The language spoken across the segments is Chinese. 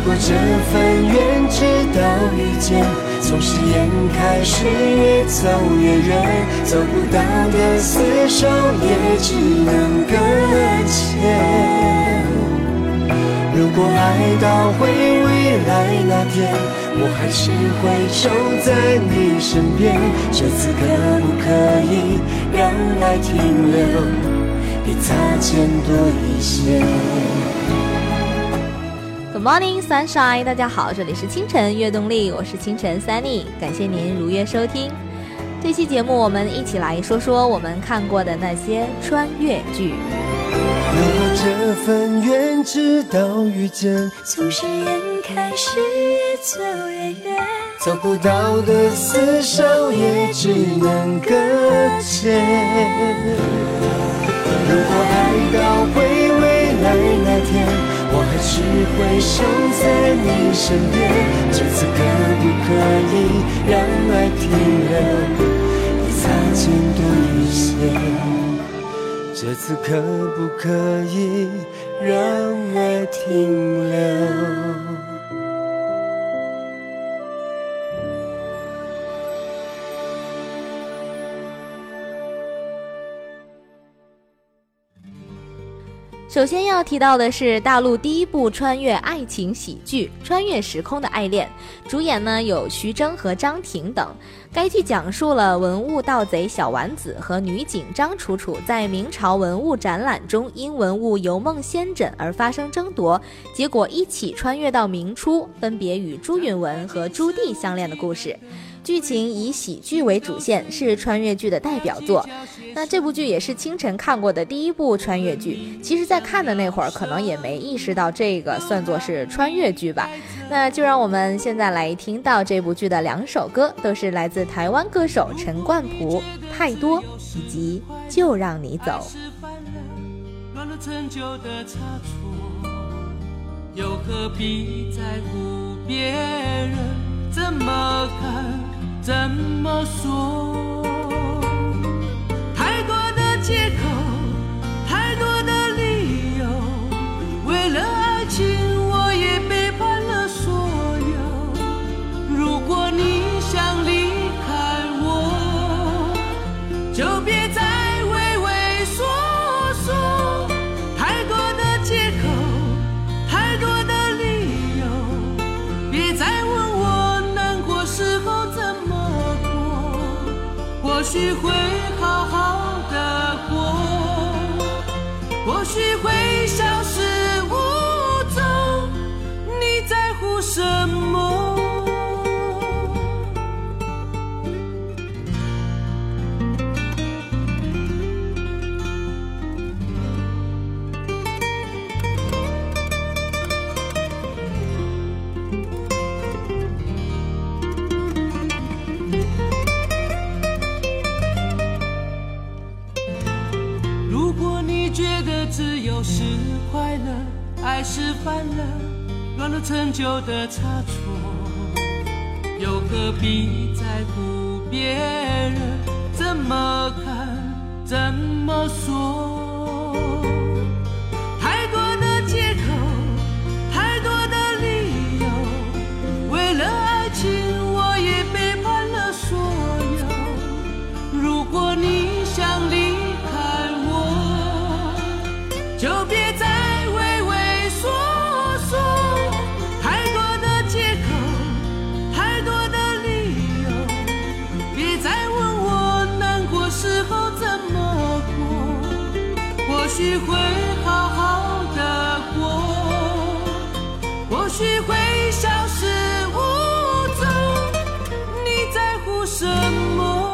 果这份缘直到遇见，从誓言开始越走越远，走不到的厮守也只能搁浅。如果爱到回未来那天，我还是会守在你身边，这次可不可以让爱停留，比擦肩多一些。 Good morning, sunshine！ 大家好，这里是清晨悦动力，我是清晨 Sunny， 感谢您如约收听。这期节目我们一起来说说我们看过的那些穿越剧。 如果这份缘直到遇见， 从誓言开始越走越远， 走不到的厮守也只能搁浅。如果爱到回未来那天，我还是会守在你身边，这次可不可以让爱停留，比擦肩多一些？这次可不可以让爱停留？ 首先要提到的是大陆第一部穿越爱情喜剧《穿越时空的爱恋》，主演呢有徐峥和张庭等。该剧讲述了文物盗贼小丸子和女警张楚楚在明朝文物展览中因文物游梦仙枕而发生争夺，结果一起穿越到明初，分别与朱允文和朱棣相恋的故事。剧情以喜剧为主线，是穿越剧的代表作。那这部剧也是清晨看过的第一部穿越剧，其实在看的那会儿可能也没意识到这个算作是穿越剧吧。那就让我们现在来听到这部剧的2首歌，都是来自台湾歌手陈冠甫，太多以及就让你走。 乱了陈旧的差错，又何必在乎别人怎么看怎么说？太多的借口，太多的理由，为了爱情我也背叛了所有。如果你想离开我，就别再畏畏缩缩。太多的借口，太多的理由，别再问我难过时候怎么过。或许会好好的过，或许会消失无踪，你在乎什么？只有是快乐，爱是犯了乱了陈旧的差错，又何必在乎别人怎么看怎么说？太多的借口，太多的理由，为了爱情我也背叛了所有。如果你想离开我，就别再畏畏缩缩。太多的借口，太多的理由，别再问我难过时候怎么过。或许会好好的过，或许会消失无踪，你在乎什么？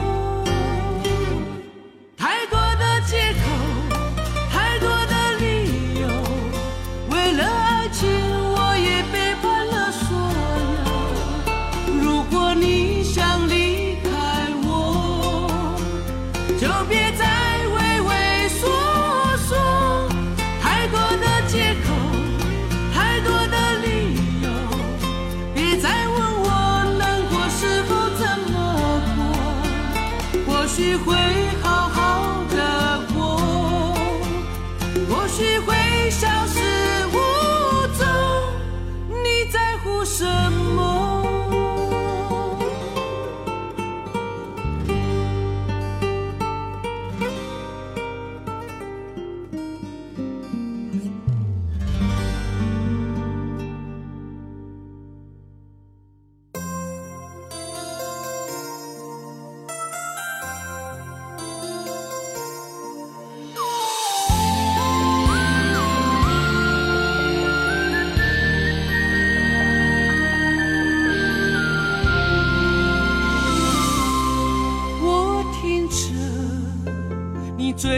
太多的借口，太多的理由，为了爱情我也背叛了所有。如果你想离开我，就别再畏畏缩缩。太多的借口，太多的理由，别再问我难过时候怎么过。或许会好好的过，或许会消失无踪，你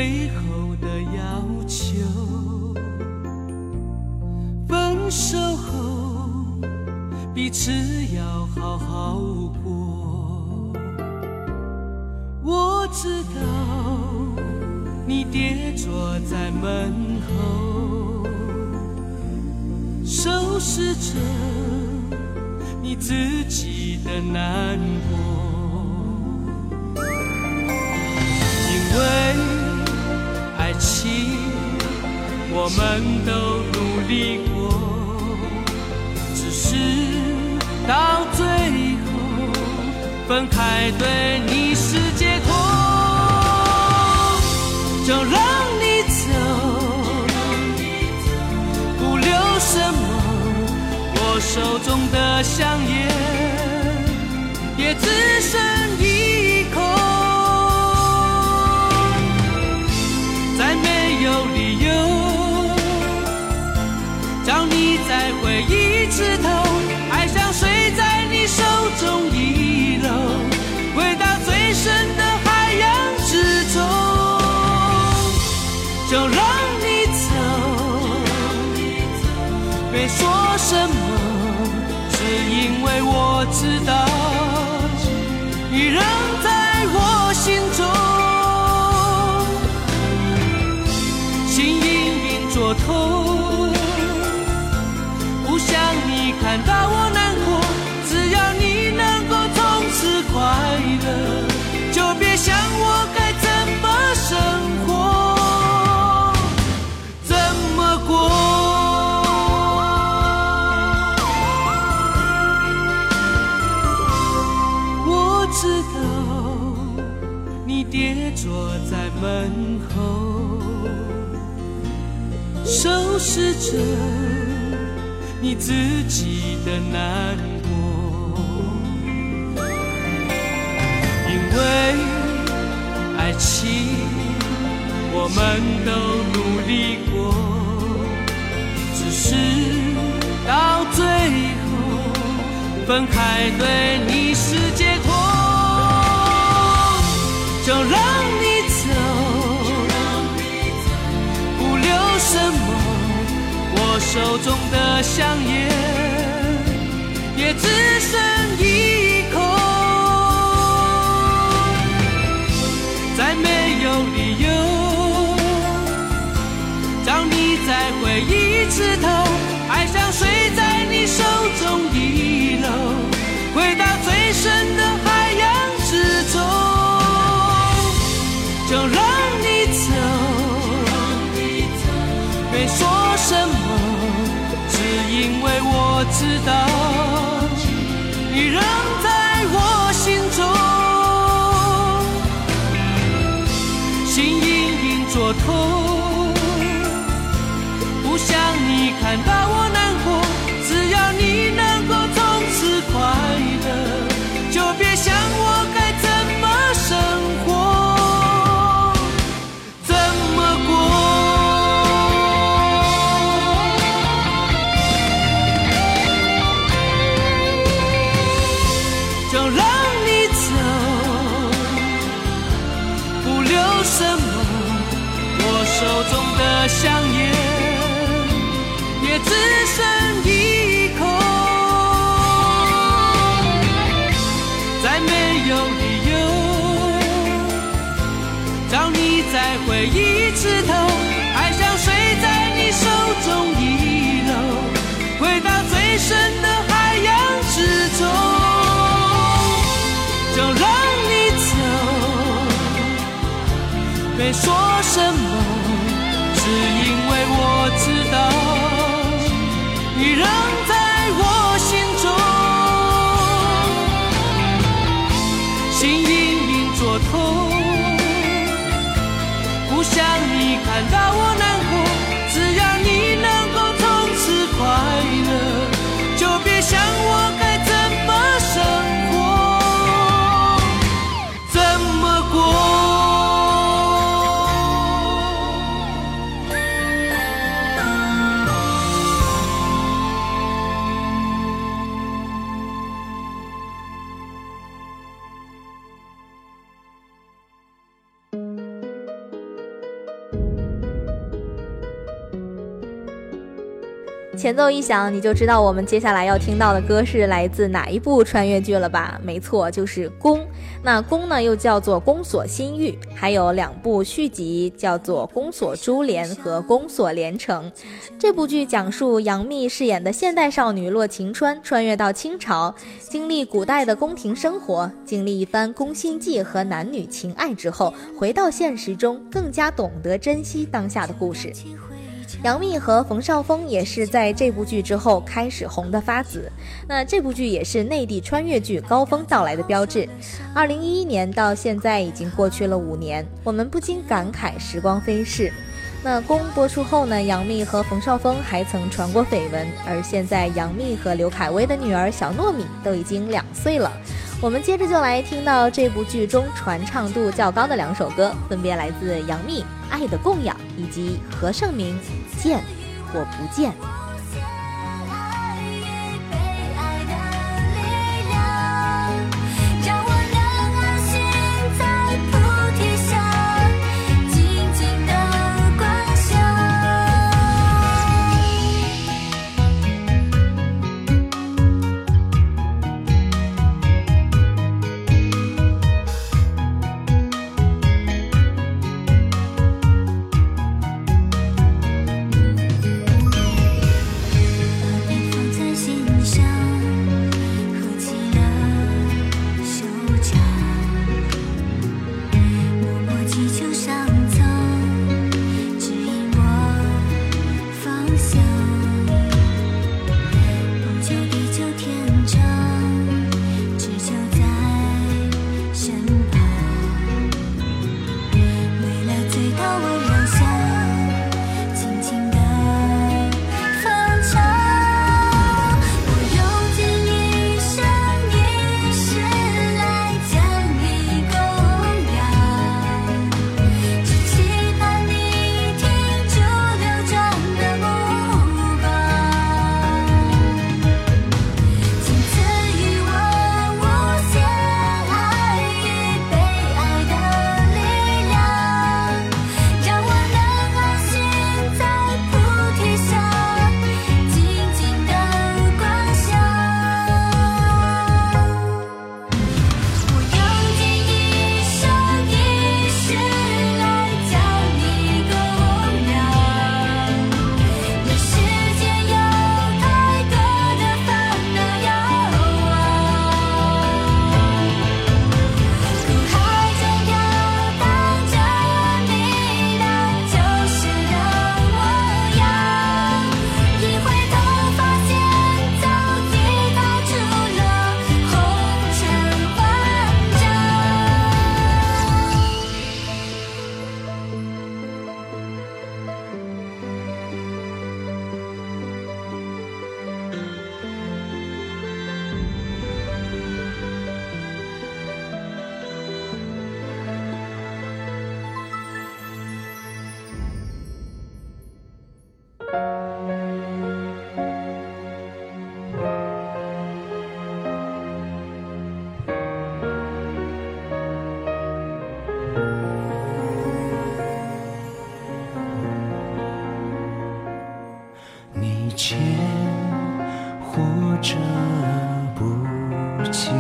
最后的要求。分手后彼此要好好过。我知道你跌坐在门后，收拾着你自己的难过。因为爱情我们都努力过，只是到最后分开对你是解脱。就让你走，不留什么，我手中的香烟也只剩一口。再没有理由叫你再回一次头，爱像水在你手中遗漏，回到最深的海洋之中。就让你走，别说什么，是因为我知道你仍在我心中。心隐隐作痛，不想你看到我难过，只要你能够从此快乐，就别想我该怎么生活。我知道你跌坐在门后，收拾着你自己的难过。因为爱情我们都努力过，只是到最后分开对你是解脱。就让你走，不留什么，我手中的香烟也只剩一口。再没有理由叫你再回一次头，爱像水在你手中遗漏，回到最深的海洋之中。就让你走，别说什么，只因为我知道你仍在我心中。心隐隐作痛，不想你看到我难过，只要你能够从此快乐，就别想我该怎么生活。手中的香烟也只剩一口，再没有理由叫你再回一次头，爱像水在你手中遗漏，回到最深的海洋之中。就让你走，别说什么，是因为我知道你仍在我心中。心隐隐作痛，不想你看到我难过，只要你能够从此快乐，就别想我该怎么生活，怎么过。 前奏一响，你就知道我们接下来要听到的歌是来自哪一部穿越剧了吧？没错，就是《宫》。那《宫》呢，又叫做《宫锁心玉》，还有2部续集，叫做《宫锁珠帘》和《宫锁连城》。这部剧讲述杨幂饰演的现代少女洛晴川穿越到清朝，经历古代的宫廷生活，经历一番宫心计和男女情爱之后，回到现实中，更加懂得珍惜当下的故事。杨幂和冯绍峰也是在这部剧之后开始红得发紫。那这部剧也是内地穿越剧高峰到来的标志。2011年到现在已经过去了5年，我们不禁感慨时光飞逝。那《宫》播出后呢，杨幂和冯绍峰还曾传过绯闻，而现在杨幂和刘恺威的女儿小糯米都已经2岁了。我们接着就来听到这部剧中传唱度较高的2首歌，分别来自杨幂《爱的供养》以及何晟铭《见或不见》。 见或者不见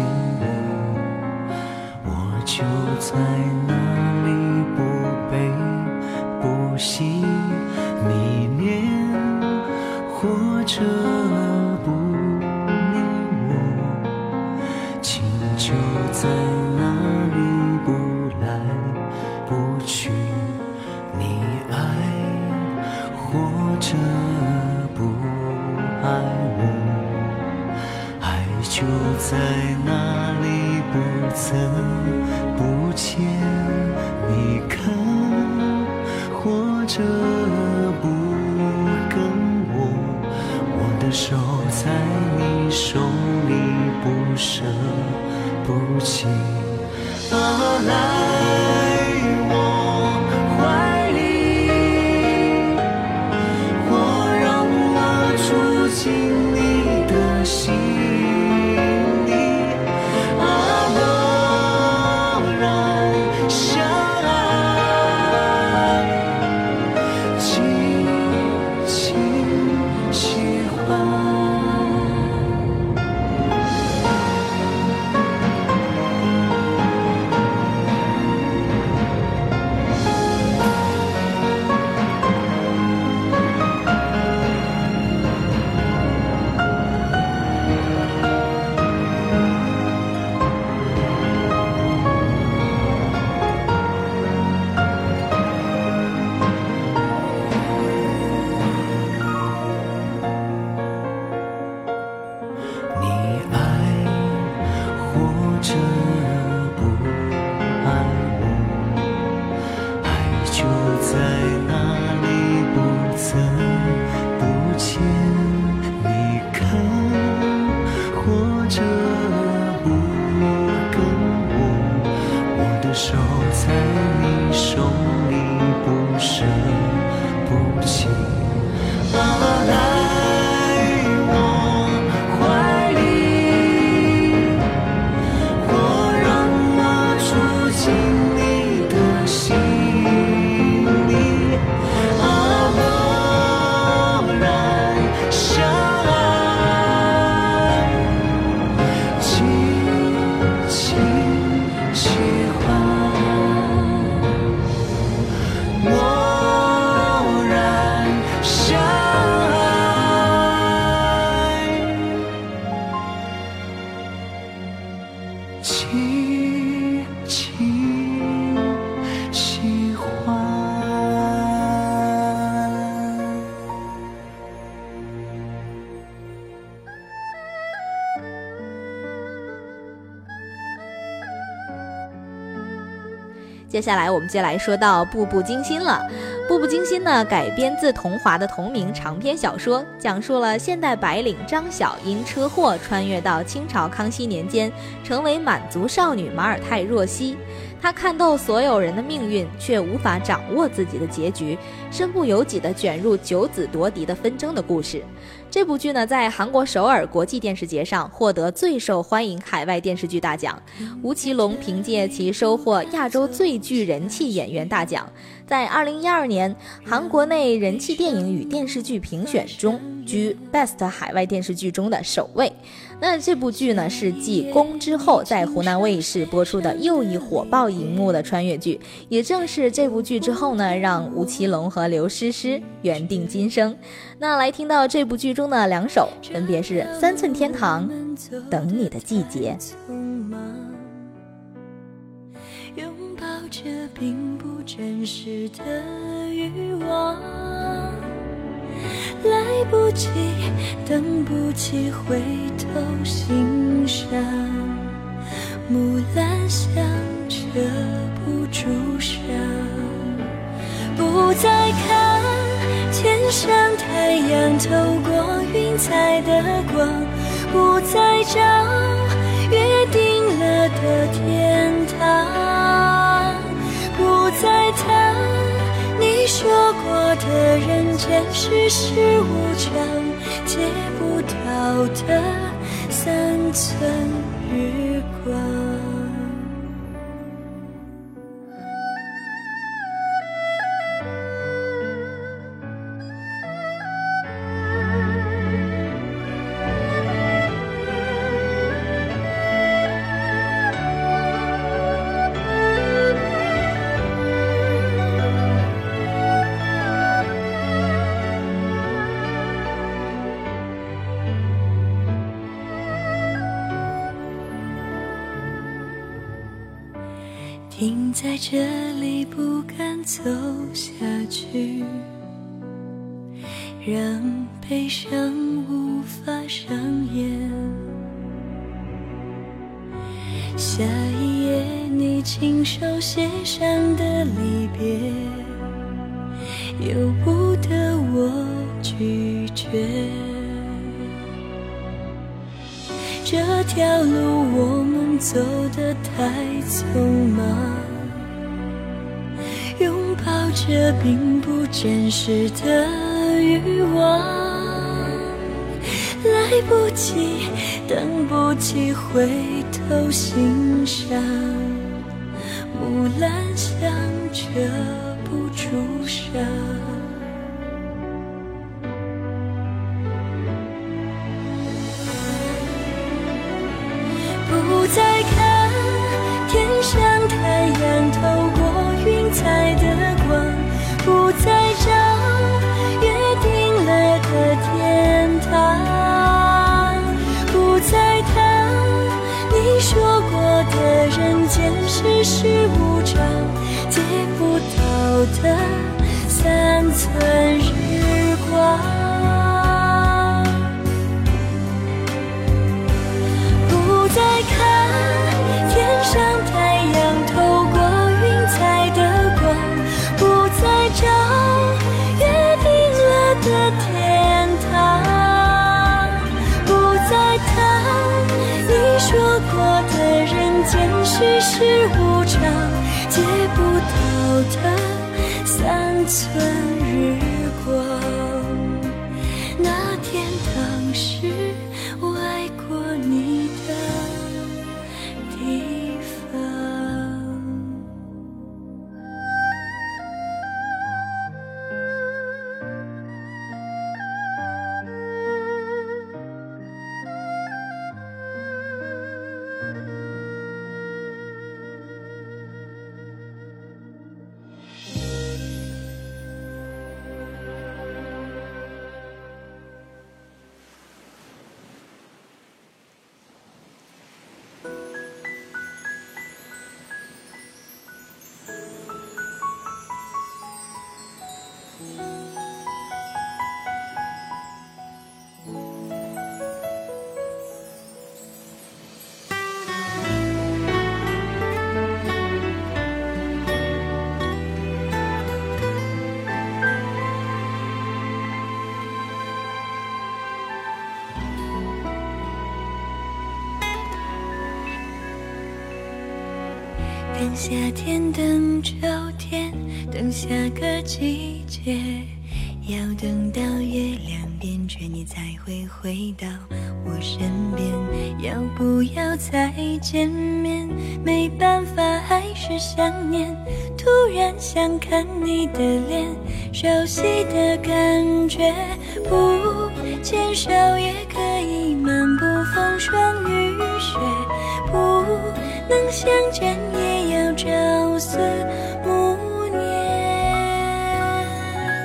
我就在那里不悲不喜迷恋，或者不念我，情就在那里不来不去，你爱或者不爱我，爱就在那里不曾不见，你看或者不跟我的手在你手里不舍不弃，来我怀里，或让我住进你的心里，默然相爱，紧紧喜欢。 接下来我们就来说到《步步惊心》了。《步步惊心》呢，改编自桐华的同名长篇小说，讲述了现代白领张晓因车祸穿越到清朝康熙年间，成为满族少女马尔泰若曦。她看透所有人的命运，却无法掌握自己的结局，身不由己地卷入九子夺嫡的纷争的故事。这部剧呢，在韩国首尔国际电视节上获得最受欢迎海外电视剧大奖，吴奇隆凭借其收获亚洲最具人气演员大奖，在2012年韩国内人气电影与电视剧评选中居 Best 海外电视剧中的首位。那这部剧呢，是继《宫》之后在湖南卫视播出的又一火爆荧幕的穿越剧，也正是这部剧之后呢，让吴奇隆和刘诗诗缘定今生。那来听到这部剧中的2首，分别是《3寸天堂》《等你的季节》。 拥抱着并不真实的欲望，来不及，等不及回头欣赏，木兰香遮不住伤，不再看天上太阳透过云彩的光，不再找约定了的天堂，不再谈你说过的人间世事无常，借不到的3寸日光。停在这里不敢走下去，让悲伤无法上演。下一页你亲手写上的离别，由不得我拒绝。这条路我们走得太匆忙，拥抱着并不真实的欲望，来不及，等不及回头欣赏，木兰香遮不住伤。不再看天上太阳透过云彩的光，不再找约定了的天堂，不再谈你说过的人间世事无常，借不到的3寸日光。不再看天上太阳透过云彩的光，不再找约定了的天堂，不再谈你说过的人间世事无常，借不到的3寸日光。那天当时我爱过你的地方。 等夏天，等秋天，等下个季节，要等到月亮变缺，你才会回到我身边。要不要再见面？没办法，还是想念。突然想看你的脸，熟悉的感觉。不牵手也可以漫步风霜雨雪，不能相见也要朝思暮念。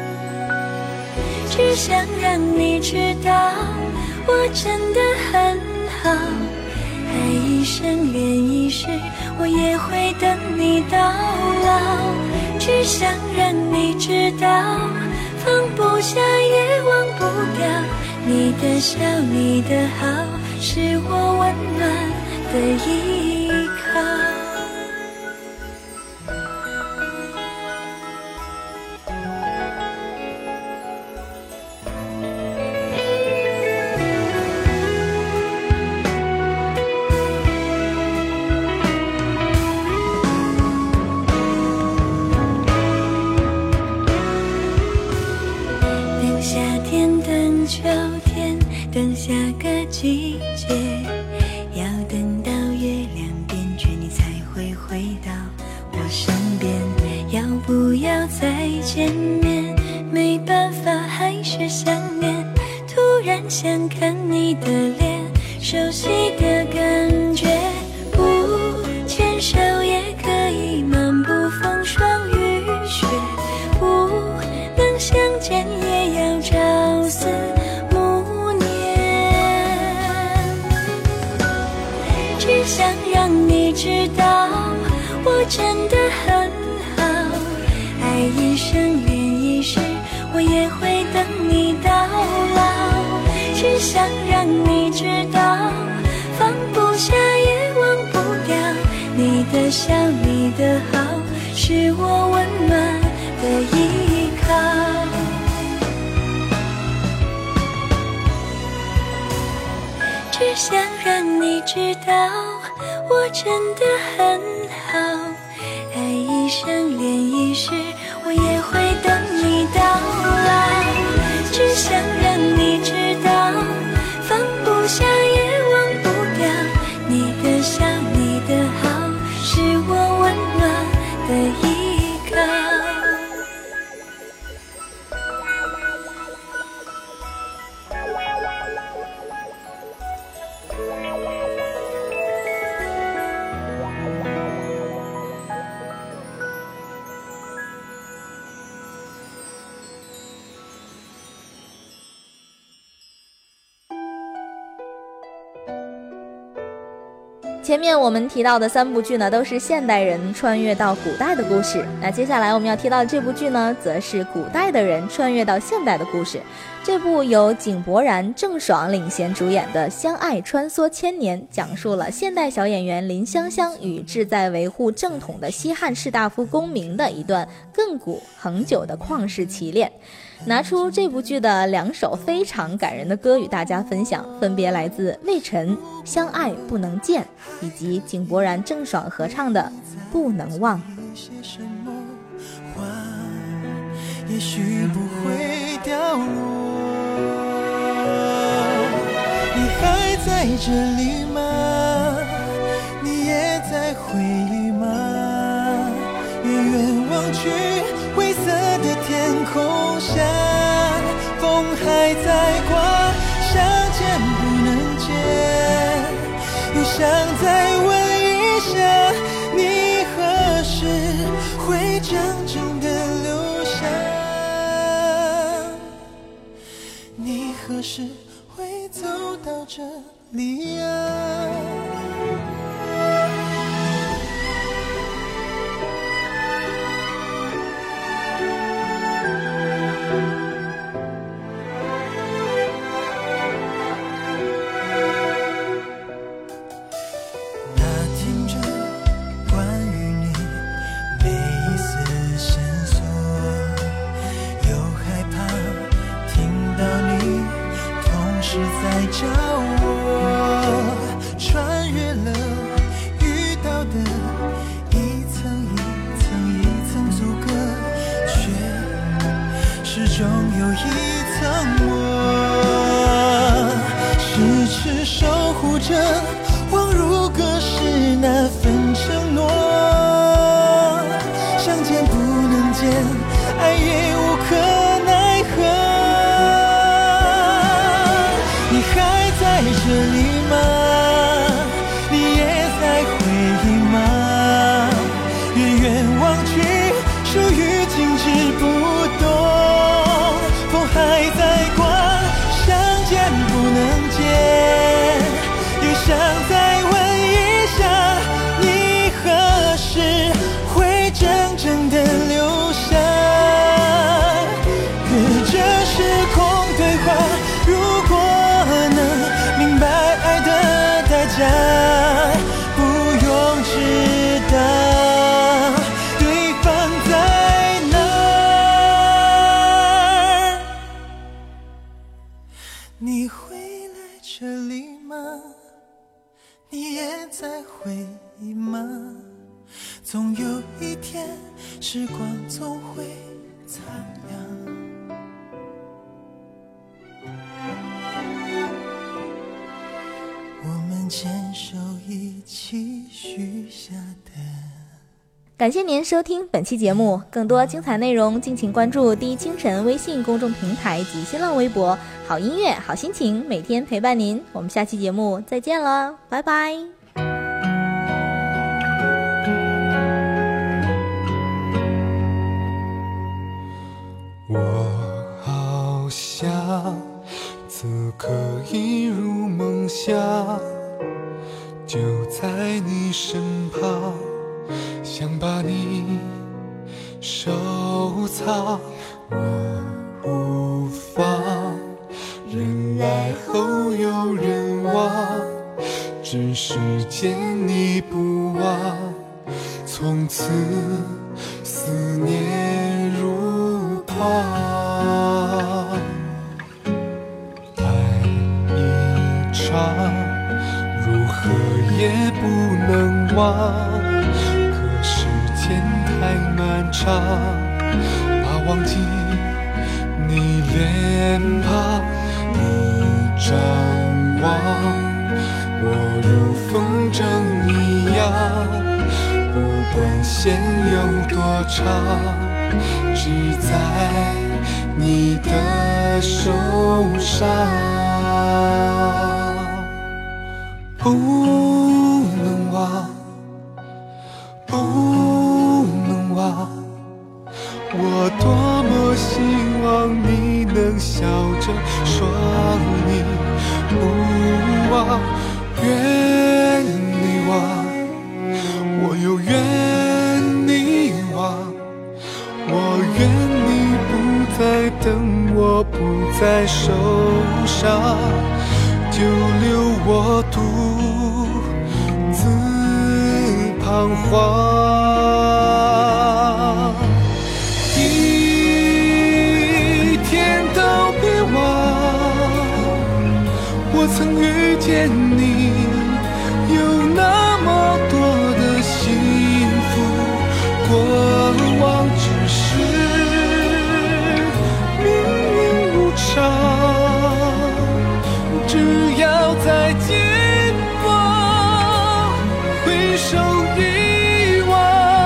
只想让你知道，我真的很好，爱一生恋一世，我也会等你到老。只想让你知道，放不下也忘不掉，你的笑你的好，是我温暖的依靠。秋天，等下个季节，要等到月亮变缺，你才会回到我身边。要不要再见面？没办法，还是想念。突然想看你的脸，熟悉的感觉。不牵手也可以漫步风霜雨雪，不能相见也要朝思暮念。只想让你知道，我真的很好，爱一生恋一世，我也会等你到老。只想让你知道，放不下也忘不掉，你的笑你的好，是我温暖的依靠。只想让你知道，我真的很好，爱一生恋一世，我也会等你到老。只想让你知道，放不下也忘不掉，你的笑你的好，是我温暖的依靠。 前面我们提到的3部剧呢，都是现代人穿越到古代的故事。那接下来我们要提到的这部剧呢，则是古代的人穿越到现代的故事。这部由井柏然、郑爽领衔主演的《相爱穿梭千年》，讲述了现代小演员林香香与志在维护正统的西汉士大夫公明的一段亘古恒久的旷世奇恋。拿出这部剧的2首非常感人的歌与大家分享，分别来自魏晨《相爱不能见》以及井柏然、郑爽合唱的《不能忘》。 也许不会掉落，你还在这里吗？你也在回忆吗？远远望去，灰色的天空下，风还在刮，相见不能见，又想再问一下，你何时会真正的留下？你何时会走到这里啊？在找我，穿越了遇到的一着，恍如隔世那份承诺。相见不能见，爱也无可奈何。你还在这里吗？你也在回忆吗？远远望去，属于静止不动。风还在刮，相见不能见，又想再问一下，你何时会真正的留下？隔着时空对话，如果能明白爱的代价，不用知道对方在哪儿。你会来这里吗？你也在回忆吗？总有一天，时光总会苍凉。我们牵手一起许下的。 感谢您收听本期节目，更多精彩内容敬请关注第一清晨微信公众平台及新浪微博，好音乐好心情每天陪伴您，我们下期节目再见了，拜拜。 我好想此刻一如梦乡，就在你身旁，想把你收藏。我无妨，人来后有人往，只是见你不忘，从此思念如狂。爱一场，如何也不能忘，可时间太漫长，怕忘记你脸庞。你张望，我如风筝一样，不管线有多长，只在你的手上。不能忘，不能忘，我多么希望你能笑着说你不忘。愿你忘，我又愿你忘，我愿你不再等我，不再受伤，就留我独自彷徨。一天都别忘，我曾遇见你，有那么多的幸福，过往只是命运无常，只要再见我，回首遗忘。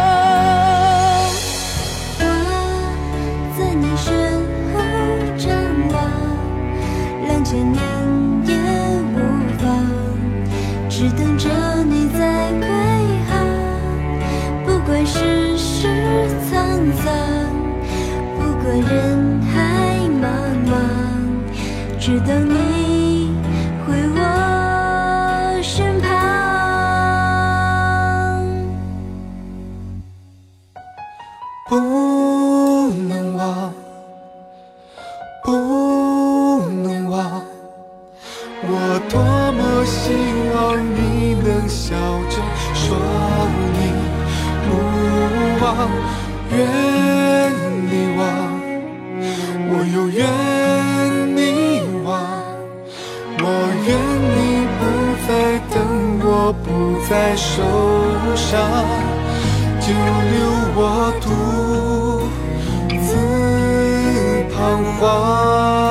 我在你身后张望，两千年也无妨，只等着你在归航。不管世事沧桑，不管人海茫茫，只等你回我身旁。 不能忘，不能忘，我多么希望你能笑着说你不忘。愿你忘，我又愿你忘，我愿你不再等我，不再受伤，就留我独自彷徨。